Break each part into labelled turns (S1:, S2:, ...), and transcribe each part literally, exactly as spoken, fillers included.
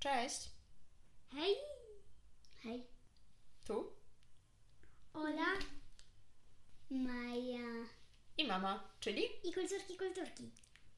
S1: Cześć.
S2: Hej. Hej.
S1: Tu?
S2: Ola. Maja.
S1: I mama, czyli?
S2: I kulturki, kulturki.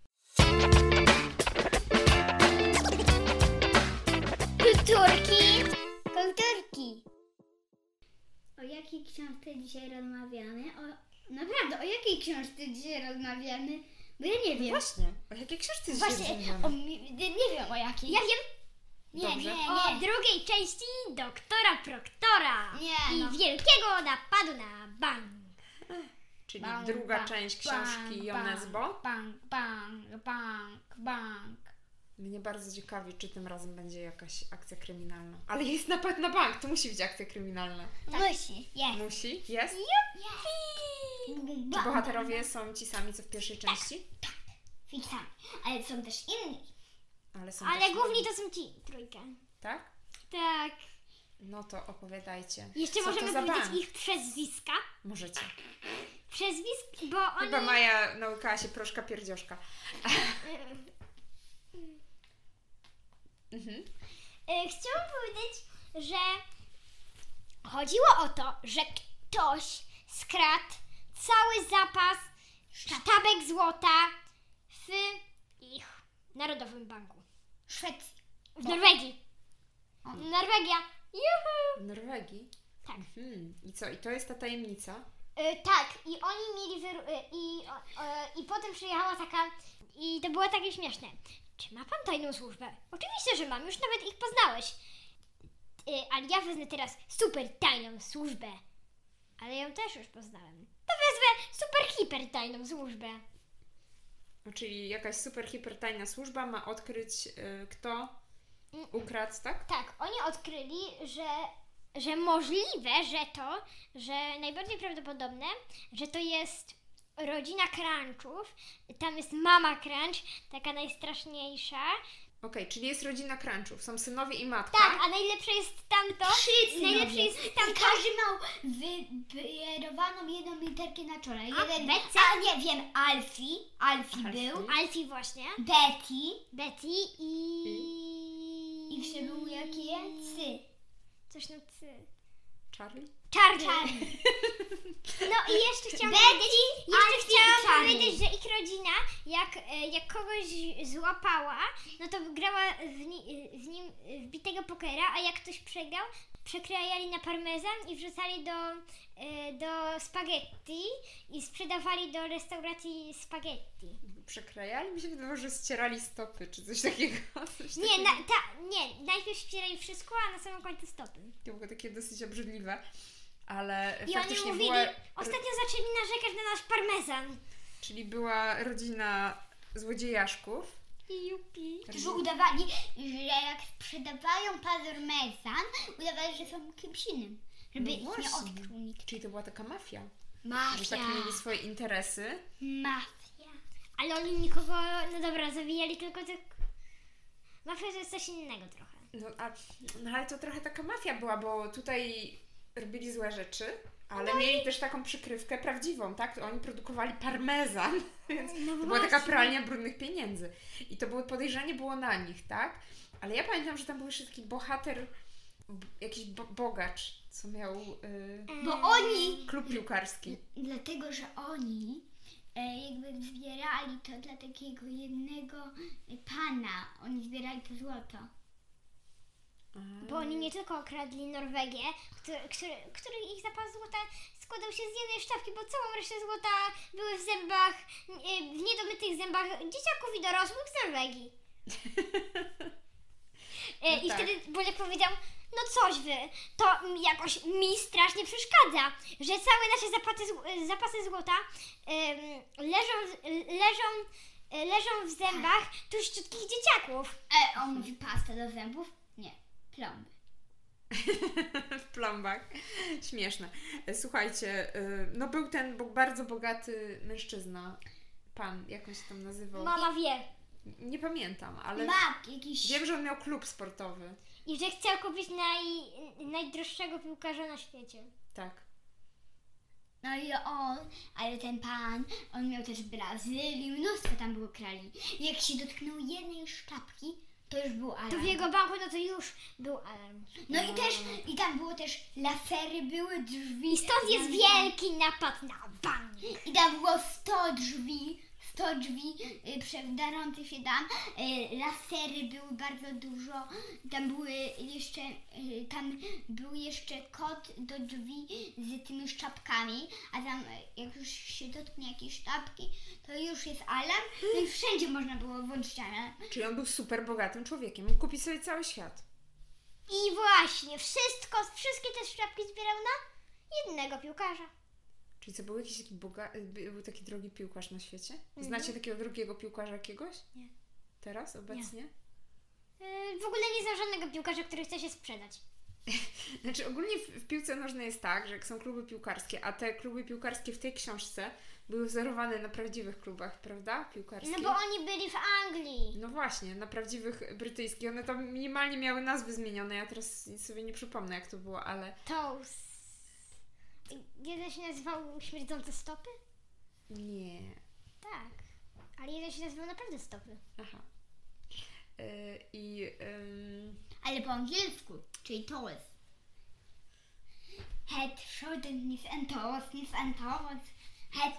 S2: Kulturki. Kulturki. O jakiej książce dzisiaj rozmawiamy? O, naprawdę, o jakiej książce dzisiaj rozmawiamy? Bo ja nie wiem.
S1: Właśnie, o jakiej książce dzisiaj
S2: Właśnie,
S1: rozmawiamy?
S2: o, nie, nie wiem o jakiej. Ja wiem. Nie,
S1: Dobrze.
S2: nie, nie.
S3: O drugiej części doktora Proktora
S2: Nie,
S3: i
S2: no.
S3: wielkiego napadu na bank.
S1: Czyli
S2: Bang,
S1: druga
S2: bang,
S1: część książki
S2: bang,
S1: Jonesbo.
S2: Bank, bank, bank, bank.
S1: Mnie bardzo ciekawi, czy tym razem będzie jakaś akcja kryminalna. Ale jest napad na bank, to musi być akcja kryminalna.
S2: Musi, jest.
S1: Musi? Jest?
S2: Bum,
S1: Czy
S2: bam,
S1: bohaterowie są ci sami, co w pierwszej części?
S2: Fiksami. Ale są też inni.
S1: Ale są
S3: Ale
S1: też
S3: główni
S1: nowi.
S3: to są ci trójka.
S1: Tak?
S3: Tak.
S1: No to opowiadajcie.
S3: Jeszcze
S1: Co
S3: możemy
S1: to za
S3: powiedzieć
S1: bank?
S3: ich przezwiska.
S1: Możecie.
S3: Przezwisk, bo oni...
S1: Chyba Maja nauczyła się proszka pierdzioszka. Mhm.
S3: E, Chciałam powiedzieć, że chodziło o to, że ktoś skradł cały zapas sztabek złota w ich Narodowym Banku.
S2: Szwecji.
S3: W Norwegii. Norwegia. Juhu!
S1: W Norwegii?
S3: Tak.
S1: Mhm. I co? I to jest ta tajemnica?
S3: E, tak, i oni mieli wyru- e, i, o, e, i potem przyjechała taka i to było takie śmieszne. Czy ma pan tajną służbę? Oczywiście, że mam, już nawet ich poznałeś. E, ale ja wezmę teraz super tajną służbę. Ale ją też już poznałem. To wezmę super hiper tajną służbę.
S1: No, czyli jakaś super, hiper tajna służba ma odkryć, y, kto ukradł, tak?
S3: Tak, oni odkryli, że, że możliwe, że to, że najbardziej prawdopodobne, że to jest rodzina Crunchów. Tam jest mama Crunch, taka najstraszniejsza.
S1: Okej, czyli jest rodzina Crunchów. Są synowie i matka.
S3: Tak, a najlepsze jest tamto.
S2: Trzy
S3: Najlepsze
S2: synowie.
S3: jest
S2: I
S3: tamto.
S2: każdy miał wybierowaną jedną literkę na czole. Jeden,
S3: B, C.
S2: a nie wiem, Alfie. Alfie
S1: Alfie.
S2: był.
S3: Alfie właśnie.
S2: Betty.
S3: Betty i...
S2: I jeszcze był jakie? Cy.
S3: Coś na cy.
S1: Charlie?
S3: Charlie.
S2: Charlie.
S3: No i jeszcze chciałam
S2: Betty,
S3: powiedzieć, jeszcze
S2: Alfie i
S3: chciałam
S2: Charlie.
S3: powiedzieć, że ich rodzina, jak, e, jak kogoś złapała, no to grała w, ni, w nim wbitego pokera, a jak ktoś przegrał, przekrajali na parmezan i wrzucali do, e, do spaghetti i sprzedawali do restauracji spaghetti.
S1: Przekrajali? Mi się wydawało, że ścierali stopy, czy coś takiego. Coś
S3: Nie,
S1: takiego.
S3: na, ta, nie, najpierw ścierali wszystko, a na samym końcu stopy.
S1: To było takie dosyć obrzydliwe. Ale
S3: I oni
S1: faktycznie
S3: mówili,
S1: była...
S3: ostatnio zaczęli narzekać na nasz parmezan.
S1: Czyli była rodzina złodziejaszków.
S3: I jupi.
S2: Że udawali, że jak sprzedawają parmezan, udawali, że są kimś innym. Żeby
S1: No
S2: ich nie
S1: właśnie.
S2: odkrył nikt.
S1: Czyli to była taka mafia. Że
S2: Mafia.
S1: tak mieli swoje interesy.
S2: Mafia.
S3: Ale oni nikogo, no dobra, zabijali tylko tych... Mafia to jest coś innego trochę.
S1: No, a, no ale to trochę taka mafia była, bo tutaj robili złe rzeczy, ale mieli też taką przykrywkę prawdziwą, tak? Oni produkowali parmezan, więc
S3: No
S1: to była taka
S3: właśnie.
S1: pralnia brudnych pieniędzy. I to było podejrzenie było na nich, tak? Ale ja pamiętam, że tam był jeszcze taki bohater, b- jakiś bo- bogacz, co miał y,
S2: Bo oni,
S1: klub piłkarski.
S2: dlatego że oni e, jakby zbierali to dla takiego jednego e, pana. Oni zbierali to złoto.
S3: Bo oni nie tylko okradli Norwegię, który, który, który ich zapas złota składał się z jednej sztabki, bo całą resztę złota były w zębach, y, w niedomytych zębach dzieciaków i dorosłych z Norwegii. E,
S1: No
S3: I
S1: tak.
S3: wtedy Boliak powiedział, no coś wy, to mi jakoś mi strasznie przeszkadza, że całe nasze zapasy, zł- zapasy złota em, leżą, w- leżą, e, leżą w zębach tuściutkich dzieciaków.
S2: E, on mówi pasta do zębów? Nie, plomby.
S1: W plombach. Śmieszne. E, Słuchajcie, y, no był ten bo- bardzo bogaty mężczyzna, pan, jak on się tam nazywał?
S3: Mama wie.
S1: Nie pamiętam, ale
S2: Mak, jakiś...
S1: wiem, że on miał klub sportowy.
S3: I że chciał kupić naj, najdroższego piłkarza na świecie.
S1: Tak.
S2: No i on, ale ten pan, on miał też Brazylii, mnóstwo tam było krali. I jak się dotknął jednej sztabki, To już był alarm.
S3: To w jego banku, no to już był alarm.
S2: No i też, i tam było też lasery, były drzwi.
S3: I stąd jest wielki napad na bank.
S2: I tam było sto drzwi, sto drzwi y, przedarących się tam. Y, lasery były bardzo dużo. Tam były jeszcze, y, tam był jeszcze kod do drzwi z tymi szczapkami. A tam y, jak już się dotknie jakiejś sztabki, to już jest alarm. No i wszędzie można było włączyć alarm.
S1: Czyli on był super bogatym człowiekiem. Mógł kupić sobie cały świat.
S3: I właśnie, wszystko, wszystkie te sztabki zbierał na jednego piłkarza.
S1: Czyli co, był jakiś taki, boga... był taki drogi piłkarz na świecie?
S3: Mhm.
S1: Znacie takiego drugiego piłkarza jakiegoś?
S3: Nie.
S1: Teraz, obecnie?
S3: Yy, w ogóle nie znam żadnego piłkarza, który chce się sprzedać.
S1: Znaczy ogólnie w, w piłce nożnej jest tak, że jak są kluby piłkarskie, a te kluby piłkarskie w tej książce były wzorowane na prawdziwych klubach, prawda? Piłkarskich.
S3: No bo oni byli w Anglii.
S1: No właśnie, na prawdziwych brytyjskich. One tam minimalnie miały nazwy zmienione. Ja teraz sobie nie przypomnę, jak to było, ale...
S3: Toast. Jeden się nazywał Śmierdzące Stopy?
S1: Nie.
S3: Tak. Ale jeden się nazywał naprawdę Stopy.
S1: Aha. Yy, I... Yy...
S2: Ale po angielsku, czyli toes. Head, shoulders, knees and toes, knees and toes. Head.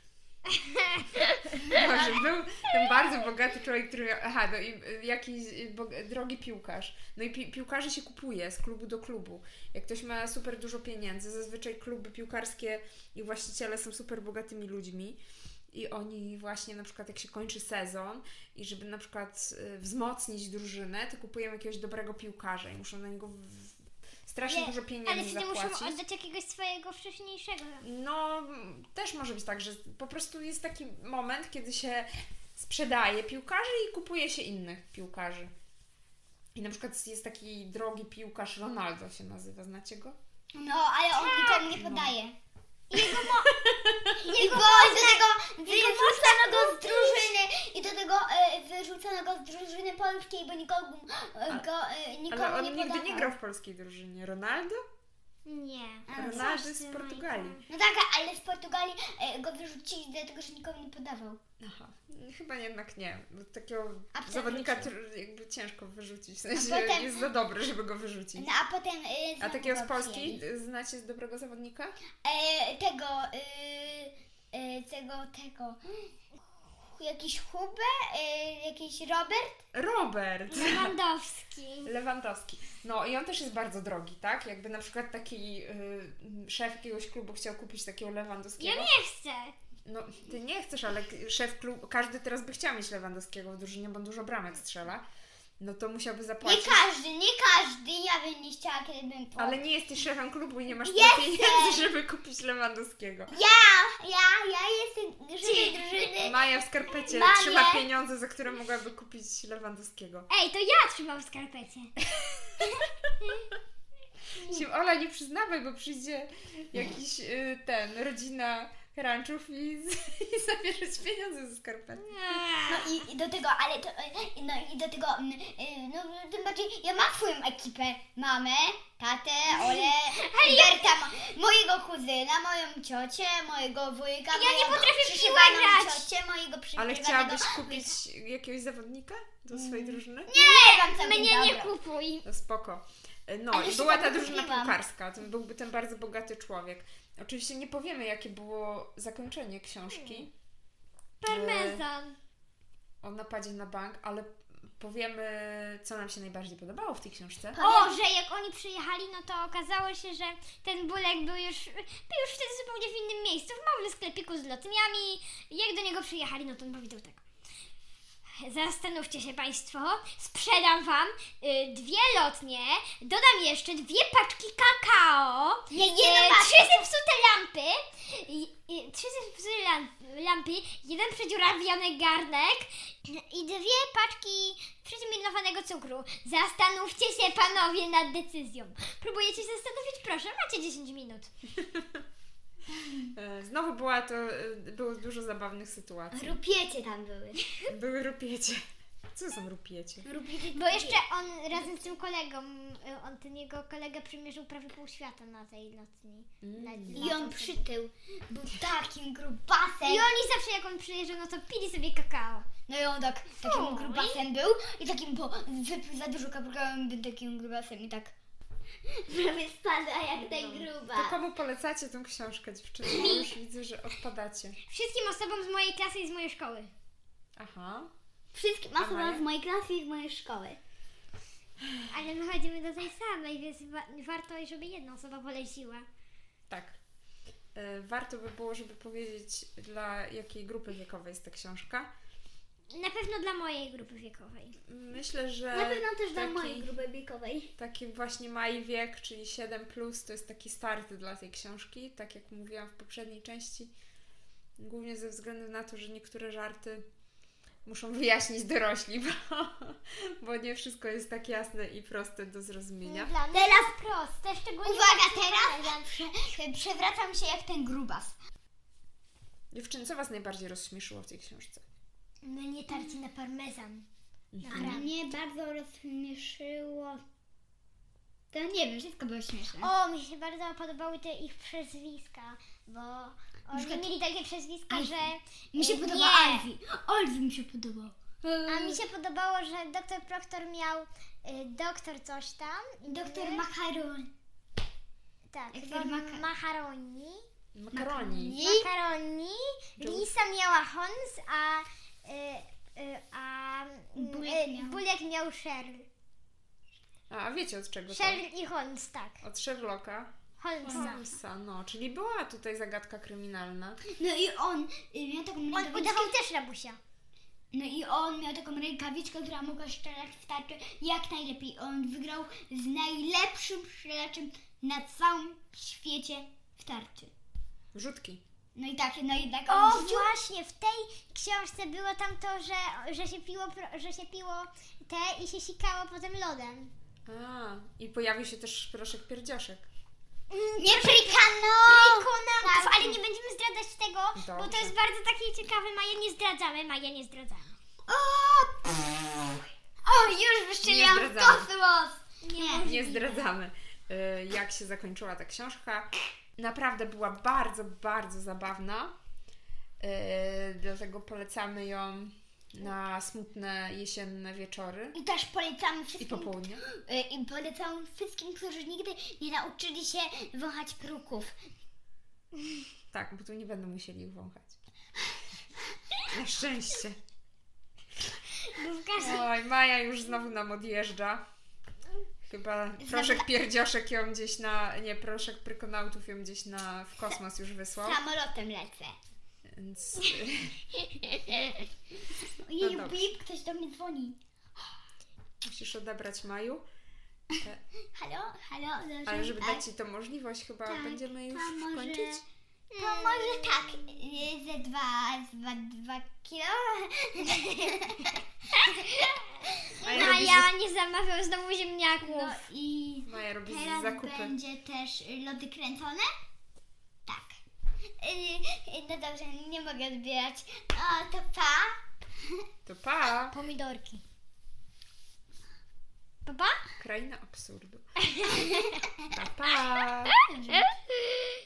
S1: Może był ten bardzo bogaty człowiek, który... Aha, no i jakiś bog- drogi piłkarz. No i pi- piłkarzy się kupuje z klubu do klubu. Jak ktoś ma super dużo pieniędzy, zazwyczaj kluby piłkarskie i właściciele są super bogatymi ludźmi i oni właśnie na przykład jak się kończy sezon i żeby na przykład y, wzmocnić drużynę, to kupują jakiegoś dobrego piłkarza i muszą na niego w- strasznie
S3: Ale-
S1: dużo
S3: Ale
S1: pieniędzy
S3: wtedy
S1: zapłacić.
S3: muszą oddać jakiegoś swojego wcześniejszego.
S1: No, też może być tak, że po prostu jest taki moment, kiedy się sprzedaje piłkarzy i kupuje się innych piłkarzy. I na przykład jest taki drogi piłkarz, Ronaldo się nazywa, znacie go?
S2: No, ale on nikomu nie podaje.
S3: I jego mo-
S2: I go do tego wyrzucono go z drużyny i do tego e, wyrzucono go z drużyny polskiej, bo nikomu, e, go, e, nikomu
S1: Ale on
S2: nie
S1: nigdy
S2: podawał.
S1: nie grał w polskiej drużynie. Ronaldo?
S3: Nie.
S2: A,
S1: Ronaldo
S3: coś
S1: jest z
S3: ty,
S1: Portugalii.
S3: Majka.
S2: No tak, ale z Portugalii e, go wyrzucili dlatego, że nikomu nie podawał.
S1: Aha, chyba jednak nie. Bo takiego
S2: A
S1: zawodnika
S2: potem
S1: tr- jakby ciężko wyrzucić, w sensie
S2: potem-
S1: jest za dobry, żeby go wyrzucić.
S2: No a potem e,
S1: A
S2: znowu
S1: takiego
S2: go
S1: z Polski
S2: przyjęli.
S1: znacie z dobrego zawodnika?
S2: E, tego, e, e, tego, tego, jakiś Hubę, e, jakiś Robert.
S1: Robert!
S3: Lewandowski.
S1: Lewandowski. No i on też jest bardzo drogi, tak? Jakby na przykład taki y, szef jakiegoś klubu chciał kupić takiego Lewandowskiego.
S3: Ja nie chcę.
S1: No, ty nie chcesz, ale k- szef klubu, każdy teraz by chciał mieć Lewandowskiego w drużynie, bo on dużo bramek strzela. No to musiałby
S2: Nie
S1: zapłacić.
S2: każdy, nie każdy, ja bym nie chciała, kiedy bym po...
S1: Ale nie jesteś szefem klubu i nie masz tyle
S2: Jestem!
S1: pieniędzy, żeby kupić Lewandowskiego.
S2: Ja, ja, ja jestem szefem drużyny.
S1: Maja w skarpecie
S2: Mamie.
S1: trzyma pieniądze, za które mogłaby kupić Lewandowskiego.
S3: Ej, to ja trzymam w skarpecie.
S1: Się, Ola, nie przyznawaj, bo przyjdzie jakiś y, ten, rodzina ranczów i, z, i zabierzesz pieniądze ze skarpety.
S2: No i, i do tego, ale to, e, no i do tego, mm, e, no tym bardziej, ja mam swoją ekipę. Mamę, tatę, Olę, Berta, ma, mojego kuzyna, moją ciocię, mojego wujka,
S3: Ja nie
S2: mojego
S3: potrafię w
S2: przyszywaną
S3: piłę grać.
S2: ciocię, mojego
S1: Ale
S2: przyszywanego
S1: chciałabyś kupić jakiegoś zawodnika do swojej drużyny?
S2: Nie, wam sobie
S3: Mnie nie
S2: dobra.
S3: kupuj.
S1: No spoko. No
S2: Ale
S1: i
S2: się
S1: była
S2: tak
S1: ta drużyna
S2: kupiłam.
S1: piłkarska, to byłby ten bardzo bogaty człowiek. Oczywiście nie powiemy, jakie było zakończenie książki
S3: Parmezan.
S1: o napadzie na bank, ale powiemy, co nam się najbardziej podobało w tej książce.
S3: O, że jak oni przyjechali, no to okazało się, że ten Bulek był już, był już wtedy zupełnie w innym miejscu, w małym sklepiku z lotniami. Jak do niego przyjechali, no to on powiedział tak. Zastanówcie się Państwo, sprzedam Wam y, dwie lotnie, dodam jeszcze dwie paczki kakao,
S2: Nie,
S3: y,
S2: jedną paczkę.
S3: trzy zepsute lampy, y, y, trzy zepsute lam- lampy, jeden przedziurawiony garnek i dwie paczki przyzminowanego cukru. Zastanówcie się Panowie nad decyzją. Próbujecie się zastanowić? Proszę, macie dziesięć minut.
S1: E, Znowu była to, e, było dużo zabawnych sytuacji.
S2: Rupiecie tam były.
S1: Były rupiecie. Co są rupiecie?
S3: Bo jeszcze on razem z tym kolegą, y, on ten jego kolega przymierzył prawie pół świata na tej nocnej.
S1: Mm.
S3: Na,
S2: I
S3: na
S2: on
S3: tym
S2: przytył. Był takim grubasem.
S3: I oni zawsze jak on przyjeżdżał, no to pili sobie kakao.
S2: No i on tak takim grubasem był i takim po wypił za dużo kapurkałem, był takim grubasem i tak prawie spadła jak ten gruba.
S1: To komu polecacie tę książkę, dziewczyny? Bo już widzę, że odpadacie.
S3: Wszystkim osobom z mojej klasy i z mojej szkoły.
S1: Aha.
S2: Wszystkim
S1: Maja?
S2: osobom z mojej klasy i z mojej szkoły.
S3: Ale my chodzimy do tej samej, więc wa- warto, żeby jedna osoba poleciła.
S1: Tak. E, Warto by było, żeby powiedzieć, dla jakiej grupy wiekowej jest ta książka.
S3: Na pewno dla mojej grupy wiekowej.
S1: Myślę, że
S2: Na pewno też dla
S1: taki,
S2: mojej grupy wiekowej.
S1: taki właśnie maj wiek, czyli siedem plus, to jest taki start dla tej książki. Tak jak mówiłam w poprzedniej części. Głównie ze względu na to, że niektóre żarty muszą wyjaśnić dorośli, bo, bo nie wszystko jest tak jasne i proste do zrozumienia.
S3: Dla mnie
S2: Teraz-
S3: jest proste, szczególnie...
S2: Uwaga,
S3: jak się
S2: teraz
S3: należą.
S2: prze, przewracam się jak ten grubas.
S1: Dziewczyny, co Was najbardziej rozśmieszyło w tej książce?
S3: Mnie tarci na parmezan.
S2: A mnie bardzo rozśmieszyło. To nie wiem, wszystko było śmieszne.
S3: O, mi się bardzo podobały te ich przezwiska, bo oni
S2: przykład
S3: mieli takie przezwiska,
S2: Ivy.
S3: że...
S2: Mi się
S3: e,
S2: podoba
S3: nie.
S2: Ivy. Ivy mi się podoba.
S3: A mi się podobało, że doktor Proctor miał y, doktor coś tam. i
S2: Doktor
S3: były-
S2: Macaron.
S3: Tak,
S2: doktor
S3: chyba
S2: Maca-
S3: macaroni.
S1: Makaroni.
S3: Makaroni.
S1: Joe-
S3: Lisa miała Holmes, a, y, y, a
S2: Bulek
S3: y,
S2: miał-
S3: Bulek miał Cheryl.
S1: A, a wiecie od czego to?
S3: Cheryl i Holmes, tak.
S1: Od Sherlocka
S3: Holmesa.
S1: Holmesa, no, czyli była tutaj zagadka kryminalna.
S2: No i on y, miał taką
S3: On
S2: rękawiczkę.
S3: udawał też rabusia.
S2: No i on miał taką rękawiczkę, która mogła strzelać w tarczę jak najlepiej. On wygrał z najlepszym strzelaczem na całym świecie w tarczy.
S1: Rzutki.
S2: No i tak, no i tak
S3: O,
S2: on rzucił.
S3: właśnie, w tej książce było tam to, że, że, się piło, pro- że się piło te i się sikało potem lodem.
S1: A, i pojawił się też proszek pierdzioszek.
S2: Nie prikano!
S3: Konantów,
S2: Tak.
S3: ale nie będziemy zdradzać tego, bo to
S1: Dobrze.
S3: jest bardzo takie ciekawe. Maja, nie zdradzamy, Maja, nie zdradzamy.
S2: O, o już wystrzeliłam w
S1: zdradzamy.
S2: kosmos! Nie.
S1: Nie zdradzamy, y, jak się zakończyła ta książka. Naprawdę była bardzo, bardzo zabawna. Y, Dlatego polecamy ją na smutne jesienne wieczory
S2: I też polecamy
S1: i
S2: wszystkim,
S1: popołudnie.
S2: y, i polecam wszystkim, którzy nigdy nie nauczyli się wąchać kruków.
S1: Tak, bo tu nie będą musieli ich wąchać. Na szczęście.
S3: Bo w każdym...
S1: Oj, Maja już znowu nam odjeżdża. Chyba proszek pierdzioszek ją gdzieś na... Nie, proszek prykonautów ją gdzieś na... w kosmos już wysłał.
S2: Samolotem lecę.
S1: Więc...
S2: Ojej,
S1: dobrze.
S2: bip, ktoś do mnie dzwoni.
S1: Musisz odebrać Maju. E,
S2: Halo, halo, dobrze.
S1: Ale żeby
S2: A-
S1: dać Ci to możliwość, chyba
S2: tak,
S1: będziemy już
S2: to może-
S1: kończyć.
S2: To może tak, y, ze dwa, z dwa, dwa kilo.
S1: Maja robi,
S3: Maja nie zamawiał znowu ziemniaków.
S2: No i
S1: Maja robi
S2: teraz
S1: zakupy.
S2: będzie też y, lody kręcone? Tak. Y, y, No dobrze, nie mogę odbierać. O, to pa.
S1: To pa!
S3: Pomidorki. Papa?
S1: Kraina absurdu. Pa, pa!
S3: Pa?